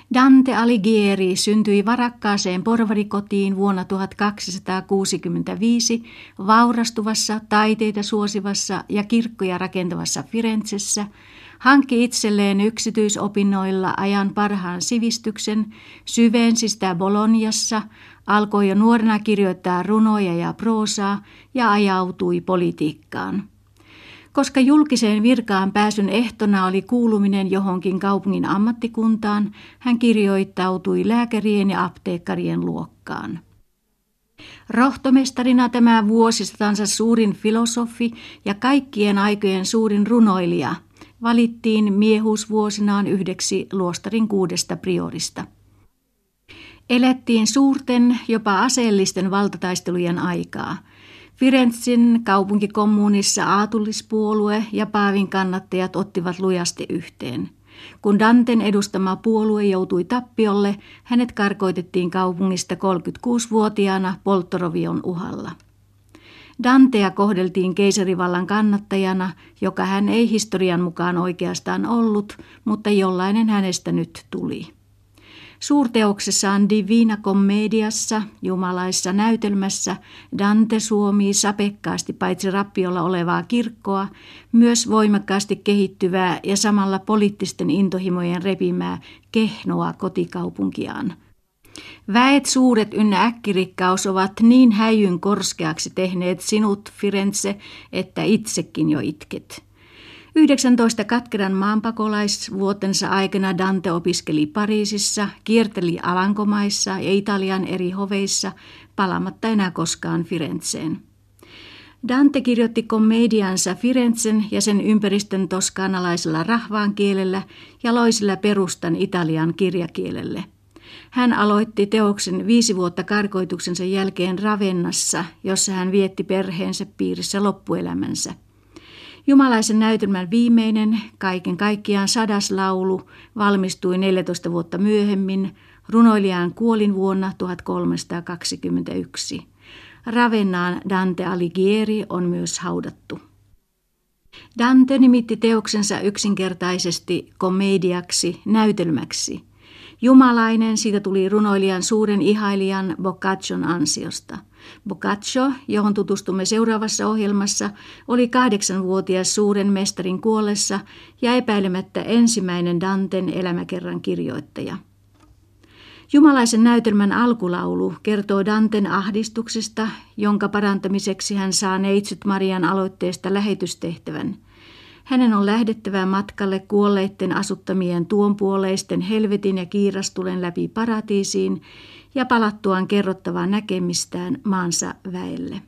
Dante Alighieri syntyi varakkaaseen porvarikotiin vuonna 1265 vaurastuvassa, taiteita suosivassa ja kirkkoja rakentavassa Firenzessä, hankki itselleen yksityisopinnoilla ajan parhaan sivistyksen, syvensi sitä Bolognassa, alkoi jo nuorena kirjoittaa runoja ja proosaa ja ajautui politiikkaan. Koska julkiseen virkaan pääsyn ehtona oli kuuluminen johonkin kaupungin ammattikuntaan, hän kirjoittautui lääkärien ja apteekkarien luokkaan. Rohtomestarina tämä vuosisatansa suurin filosofi ja kaikkien aikojen suurin runoilija valittiin miehuusvuosinaan yhdeksi luostarin 6 priorista. Elettiin suurten, jopa aseellisten valtataistelujen aikaa. Firenzin kaupunkikommuunissa aatullispuolue ja paavin kannattajat ottivat lujasti yhteen. Kun Danten edustama puolue joutui tappiolle, hänet karkoitettiin kaupungista 36-vuotiaana polttorovion uhalla. Dantea kohdeltiin keisarivallan kannattajana, joka hän ei historian mukaan oikeastaan ollut, mutta jollainen hänestä nyt tuli. Suurteoksessaan Divina Commediassa, jumalaissa näytelmässä, Dante suomii sapekkaasti paitsi rappiolla olevaa kirkkoa, myös voimakkaasti kehittyvää ja samalla poliittisten intohimojen repimää kehnoa kotikaupunkiaan. Väet suuret ynnä äkkirikkaus ovat niin häijyn korskeaksi tehneet sinut, Firenze, että itsekin jo itket. 19 katkeran maanpakolaisvuotensa aikana Dante opiskeli Pariisissa, kierteli Alankomaissa ja Italian eri hoveissa, palaamatta enää koskaan Firenzeen. Dante kirjoitti komediansa Firenzen ja sen ympäristön toskanalaisella rahvaan kielellä ja loi sillä perustan Italian kirjakielelle. Hän aloitti teoksen 5 vuotta karkoituksensa jälkeen Ravennassa, jossa hän vietti perheensä piirissä loppuelämänsä. Jumalaisen näytelmän viimeinen, kaiken kaikkiaan 100. laulu, valmistui 14 vuotta myöhemmin, runoilijan kuolinvuonna 1321. Ravennaan Dante Alighieri on myös haudattu. Dante nimitti teoksensa yksinkertaisesti komediaksi, näytelmäksi. Jumalainen siitä tuli runoilijan suuren ihailijan Boccaccion ansiosta. Boccaccio, johon tutustumme seuraavassa ohjelmassa, oli 8-vuotias suuren mestarin kuollessa ja epäilemättä ensimmäinen Danten elämäkerran kirjoittaja. Jumalaisen näytelmän alkulaulu kertoo Danten ahdistuksesta, jonka parantamiseksi hän saa Neitsyt Marian aloitteesta lähetystehtävän. Hänen on lähdettävä matkalle kuolleitten asuttamien tuonpuoleisten helvetin ja kiirastulen läpi paratiisiin ja palattuaan kerrottavaa näkemistään maansa väelle.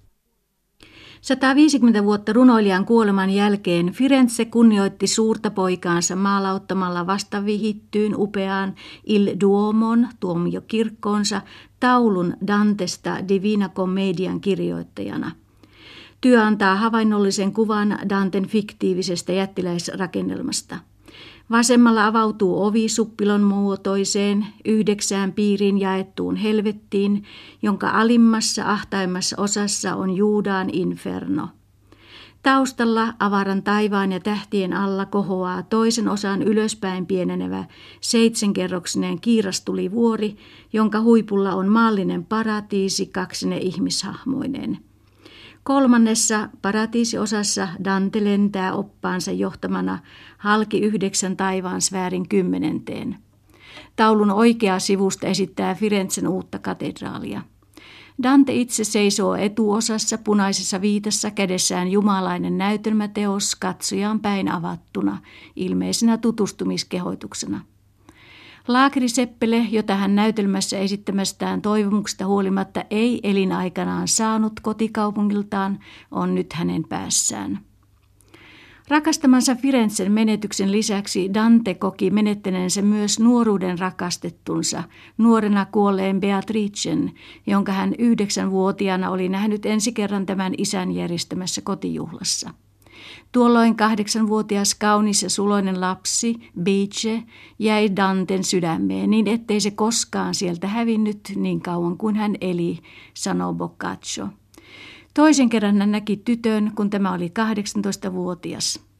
150 vuotta runoilijan kuoleman jälkeen Firenze kunnioitti suurta poikaansa maalauttamalla vastavihittyyn upeaan Il Duomon tuomiokirkkoonsa taulun Dantesta Divina Commedian kirjoittajana. Työ antaa havainnollisen kuvan Danten fiktiivisestä jättiläisrakennelmasta. Vasemmalla avautuu ovi suppilon muotoiseen 9 piiriin jaettuun helvettiin, jonka alimmassa ahtaimmassa osassa on Juudaan inferno. Taustalla avaran taivaan ja tähtien alla kohoaa toisen osan ylöspäin pienenevä 7-kerroksinen kiirastulivuori, jonka huipulla on maallinen paratiisi 2 ihmishahmoineen. 3. paratiisiosassa Dante lentää oppaansa johtamana halki 9 taivaansfäärin 10. Taulun oikea sivusta esittää Firenzen uutta katedraalia. Dante itse seisoo etuosassa punaisessa viitassa kädessään jumalainen näytelmäteos katsojaan päin avattuna, ilmeisenä tutustumiskehoituksena. Laakriseppele, jota hän näytelmässä esittämästään toivomuksesta huolimatta ei elinaikanaan saanut kotikaupungiltaan, on nyt hänen päässään. Rakastamansa Firenzen menetyksen lisäksi Dante koki menettäneensä myös nuoruuden rakastettunsa, nuorena kuolleen Beatricen, jonka hän 9-vuotiaana oli nähnyt ensi kerran tämän isän järjestämässä kotijuhlassa. Tuolloin 8-vuotias kaunis ja suloinen lapsi, Beatrice, jäi Danten sydämeen niin ettei se koskaan sieltä hävinnyt niin kauan kuin hän eli, sanoo Boccaccio. Toisen kerran hän näki tytön, kun tämä oli 18-vuotias.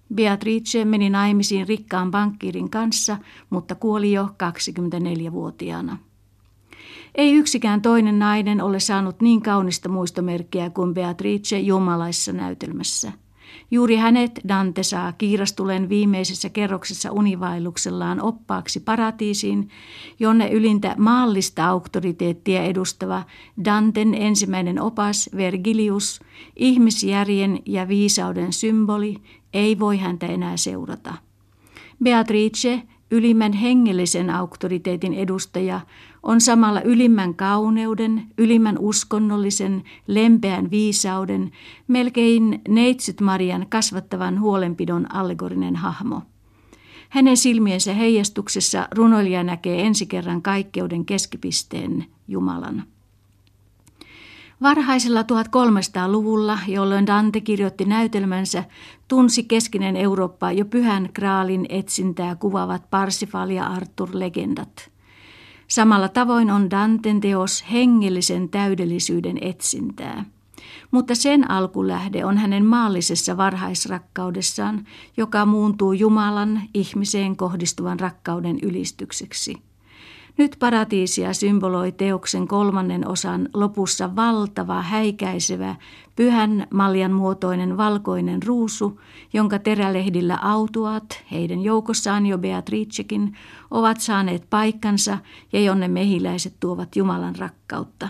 Beatrice meni naimisiin rikkaan pankkiirin kanssa, mutta kuoli jo 24-vuotiaana. Ei yksikään toinen nainen ole saanut niin kaunista muistomerkkiä kuin Beatrice jumalaisessa näytelmässä. Juuri hänet Dante saa kiirastulen viimeisessä kerroksessa univaelluksellaan oppaaksi paratiisiin, jonne ylintä maallista auktoriteettia edustava Danten ensimmäinen opas Vergilius, ihmisjärjen ja viisauden symboli, ei voi häntä enää seurata. Beatrice, ylimmän hengellisen auktoriteetin edustaja, on samalla ylimmän kauneuden, ylimmän uskonnollisen, lempeän viisauden, melkein neitsyt Marian kasvattavan huolenpidon allegorinen hahmo. Hänen silmiensä heijastuksessa runoilija näkee ensi kerran kaikkeuden keskipisteen, Jumalan. Varhaisella 1300-luvulla, jolloin Dante kirjoitti näytelmänsä, tunsi keskinen Eurooppa jo pyhän graalin etsintää kuvaavat Parsifal ja Arthur-legendat. Samalla tavoin on Danten teos hengellisen täydellisyyden etsintää. Mutta sen alkulähde on hänen maallisessa varhaisrakkaudessaan, joka muuntuu Jumalan ihmiseen kohdistuvan rakkauden ylistykseksi. Nyt paratiisia symboloi teoksen 3. osan lopussa valtava, häikäisevä, pyhän maljan muotoinen valkoinen ruusu, jonka terälehdillä autuaat, heidän joukossaan jo Beatricekin, ovat saaneet paikkansa ja jonne mehiläiset tuovat Jumalan rakkautta.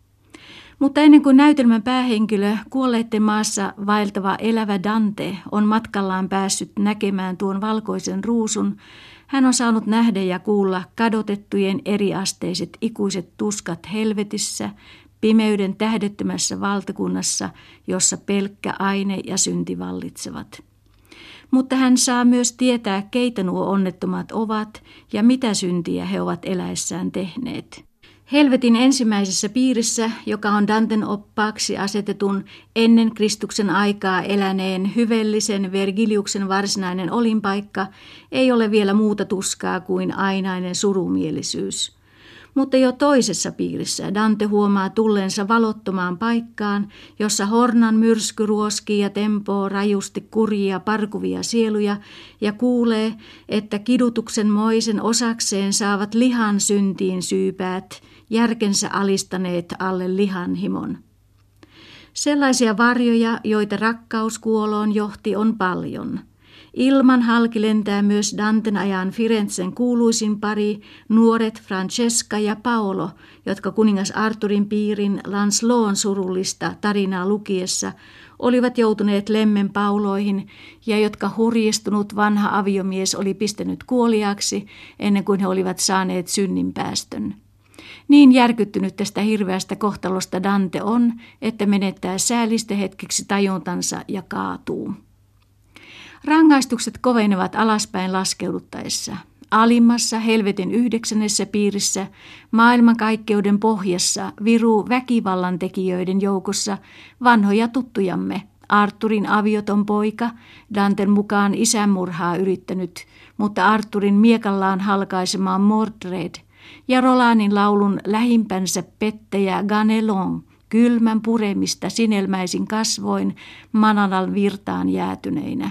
Mutta ennen kuin näytelmän päähenkilö, kuolleiden maassa vaeltava elävä Dante, on matkallaan päässyt näkemään tuon valkoisen ruusun, hän on saanut nähdä ja kuulla kadotettujen eriasteiset ikuiset tuskat helvetissä, pimeyden tähdettömässä valtakunnassa, jossa pelkkä aine ja synti vallitsevat. Mutta hän saa myös tietää, keitä nuo onnettomat ovat ja mitä syntiä he ovat eläessään tehneet. Helvetin ensimmäisessä piirissä, joka on Danten oppaaksi asetetun ennen Kristuksen aikaa eläneen hyvellisen Vergiliuksen varsinainen olinpaikka, ei ole vielä muuta tuskaa kuin ainainen surumielisyys. Mutta jo toisessa piirissä Dante huomaa tulleensa valottomaan paikkaan, jossa hornan myrsky ruoskii ja tempoo rajusti kurjia parkuvia sieluja ja kuulee, että kidutuksen moisen osakseen saavat lihan syntiin syypäät, järkensä alistaneet alle lihan himon. Sellaisia varjoja, joita rakkaus kuoloon johti, on paljon. Ilman halki lentää myös Danten ajan Firenzen kuuluisin pari, nuoret Francesca ja Paolo, jotka kuningas Arturin piirin Lancelot'n surullista tarinaa lukiessa olivat joutuneet lemmen pauloihin ja jotka hurjistunut vanha aviomies oli pistänyt kuoliaaksi ennen kuin he olivat saaneet synninpäästön. Niin järkyttynyt tästä hirveästä kohtalosta Dante on, että menettää säällistä hetkeksi tajuntansa ja kaatuu. Rangaistukset kovenevat alaspäin laskeuduttaessa. Alimmassa helvetin 9. piirissä, maailmankaikkeuden pohjassa, viruu väkivallan tekijöiden joukossa vanhoja tuttujamme. Arturin avioton poika, Danten mukaan isänmurhaa yrittänyt, mutta Arturin miekallaan halkaisemaan Mordred, ja Rolanin laulun lähimpänsä pettäjä Ganelon, kylmän puremista sinelmäisin kasvoin Mananan virtaan jäätyneinä.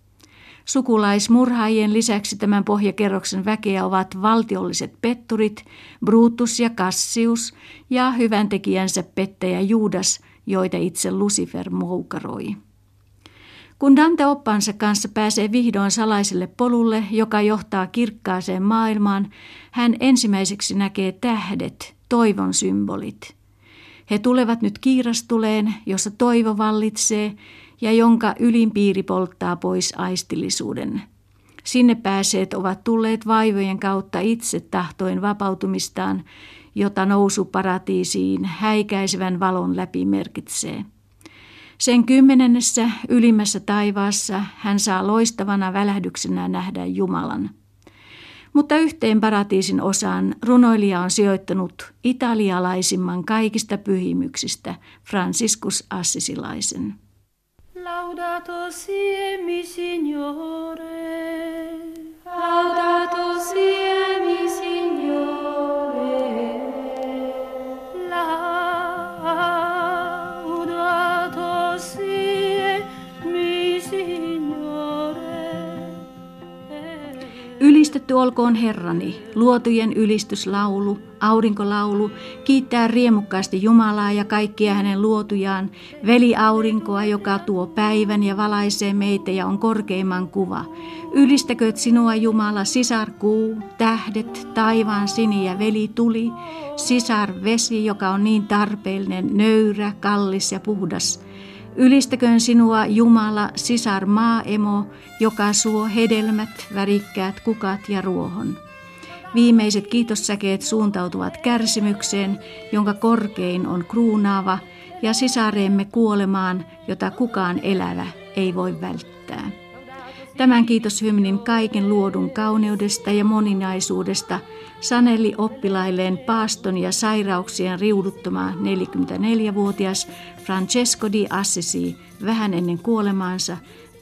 Sukulaismurhaajien lisäksi tämän pohjakerroksen väkeä ovat valtiolliset petturit, Brutus ja Cassius ja hyväntekijänsä pettäjä Juudas, joita itse Lucifer moukaroi. Kun Dante oppaansa kanssa pääsee vihdoin salaiselle polulle, joka johtaa kirkkaaseen maailmaan, hän ensimmäiseksi näkee tähdet, toivon symbolit. He tulevat nyt kiirastuleen, jossa toivo vallitsee ja jonka ylin piiri polttaa pois aistillisuuden. Sinne pääseet ovat tulleet vaivojen kautta itse tahtoen vapautumistaan, jota nousu paratiisiin häikäisevän valon läpi merkitsee. Sen 10. ylimmässä taivaassa hän saa loistavana välähdyksenä nähdä Jumalan. Mutta yhteen paratiisin osaan runoilija on sijoittanut italialaisimman kaikista pyhimyksistä, Franciscus Assisilaisen. Laudato sie mi Signore, laudato sie mi Signore, laudato sie mi Signore. Rukoilkoon Herrani, luotujen ylistyslaulu, aurinkolaulu, kiittää riemukkaasti Jumalaa ja kaikkia hänen luotujaan, veli-aurinkoa, joka tuo päivän ja valaisee meitä ja on korkeimman kuva. Ylistäkööt sinua Jumala, sisar kuu, tähdet, taivaan sini ja veli tuli, sisar vesi, joka on niin tarpeellinen, nöyrä, kallis ja puhdas. Ylistäköön sinua Jumala, sisar maaemo, joka suo hedelmät, värikkäät kukat ja ruohon. Viimeiset kiitossäkeet suuntautuvat kärsimykseen, jonka korkein on kruunaava, ja sisareemme kuolemaan, jota kukaan elävä ei voi välttää. Tämän kiitoshymnin kaiken luodun kauneudesta ja moninaisuudesta saneli oppilailleen paaston ja sairauksien riuduttama 44-vuotias Francesco di Assisi vähän ennen kuolemaansa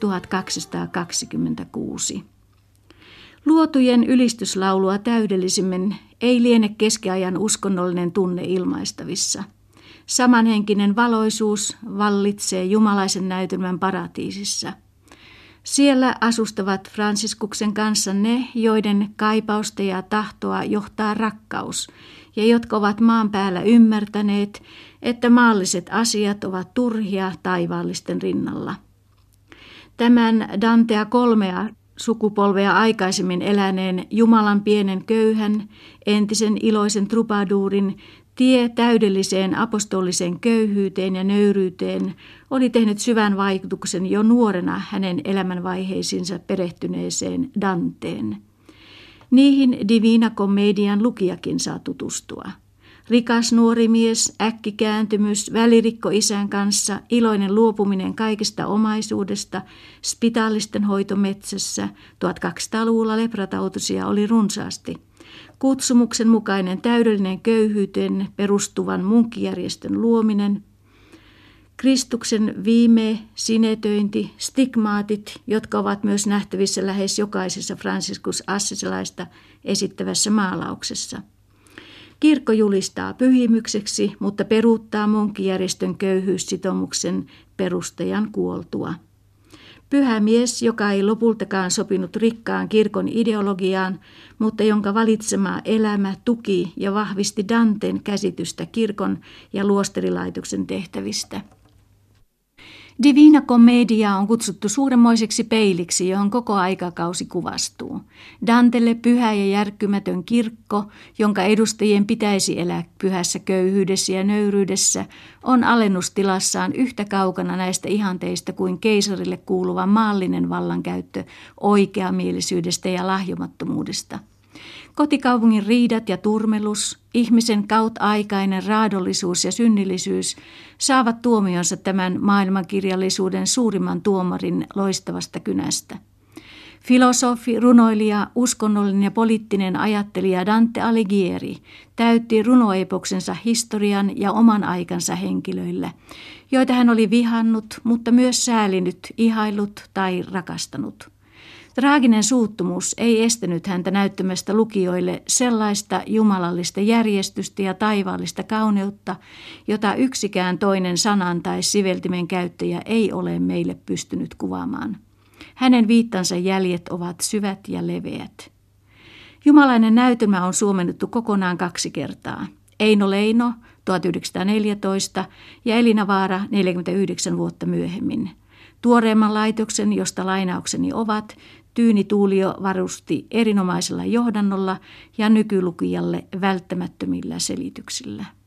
1226. Luotujen ylistyslaulua täydellisimmin ei liene keskiajan uskonnollinen tunne ilmaistavissa. Samanhenkinen valoisuus vallitsee jumalaisen näytelmän paratiisissa. Siellä asustavat Franciskuksen kanssa ne, joiden kaipausta ja tahtoa johtaa rakkaus, ja jotka ovat maan päällä ymmärtäneet, että maalliset asiat ovat turhia taivaallisten rinnalla. Tämän Dantea 3 sukupolvea aikaisemmin eläneen Jumalan pienen köyhän, entisen iloisen trubaduurin tie täydelliseen apostoliseen köyhyyteen ja nöyryyteen oli tehnyt syvän vaikutuksen jo nuorena hänen elämänvaiheisiinsa perehtyneeseen Danteen. Niihin Divina Comedian lukijakin saa tutustua. Rikas nuori mies, äkkikääntymys, välirikko isän kanssa, iloinen luopuminen kaikesta omaisuudesta, spitaalisten hoito metsässä, 1200-luvulla lepratautusia oli runsaasti. Kutsumuksen mukainen täydellinen köyhyyteen perustuvan munkkijärjestön luominen, Kristuksen viime, sinetöinti, stigmaatit, jotka ovat myös nähtävissä lähes jokaisessa Franciscus Assisilaista esittävässä maalauksessa. Kirkko julistaa pyhimykseksi, mutta peruuttaa munkkijärjestön köyhyyssitoumuksen perustajan kuoltua. Pyhä mies, joka ei lopultakaan sopinut rikkaan kirkon ideologiaan, mutta jonka valitsema elämä tuki ja vahvisti Danten käsitystä kirkon ja luosterilaitoksen tehtävistä. Divina Commedia on kutsuttu suuremmoiseksi peiliksi, johon koko aikakausi kuvastuu. Dantelle pyhä ja järkkymätön kirkko, jonka edustajien pitäisi elää pyhässä köyhyydessä ja nöyryydessä, on alennustilassaan yhtä kaukana näistä ihanteista kuin keisarille kuuluva maallinen vallankäyttö oikeamielisyydestä ja lahjomattomuudesta. Kotikaupungin riidat ja turmelus, ihmisen kauttaikainen raadollisuus ja synnillisyys saavat tuomionsa tämän maailmankirjallisuuden suurimman tuomarin loistavasta kynästä. Filosofi, runoilija, uskonnollinen ja poliittinen ajattelija Dante Alighieri täytti runoepoksensa historian ja oman aikansa henkilöillä, joita hän oli vihannut, mutta myös säälinyt, ihaillut tai rakastanut. Traaginen suuttumus ei estänyt häntä näyttämästä lukijoille sellaista jumalallista järjestystä ja taivaallista kauneutta, jota yksikään toinen sanan tai siveltimen käyttäjä ei ole meille pystynyt kuvaamaan. Hänen viittansa jäljet ovat syvät ja leveät. Jumalainen näytelmä on suomennettu kokonaan 2 kertaa. Eino Leino 1914 ja Elina Vaara 49 vuotta myöhemmin. Tuoreemman laitoksen, josta lainaukseni ovat, Tyyni Tuulio varusti erinomaisella johdannolla ja nykylukijalle välttämättömillä selityksillä.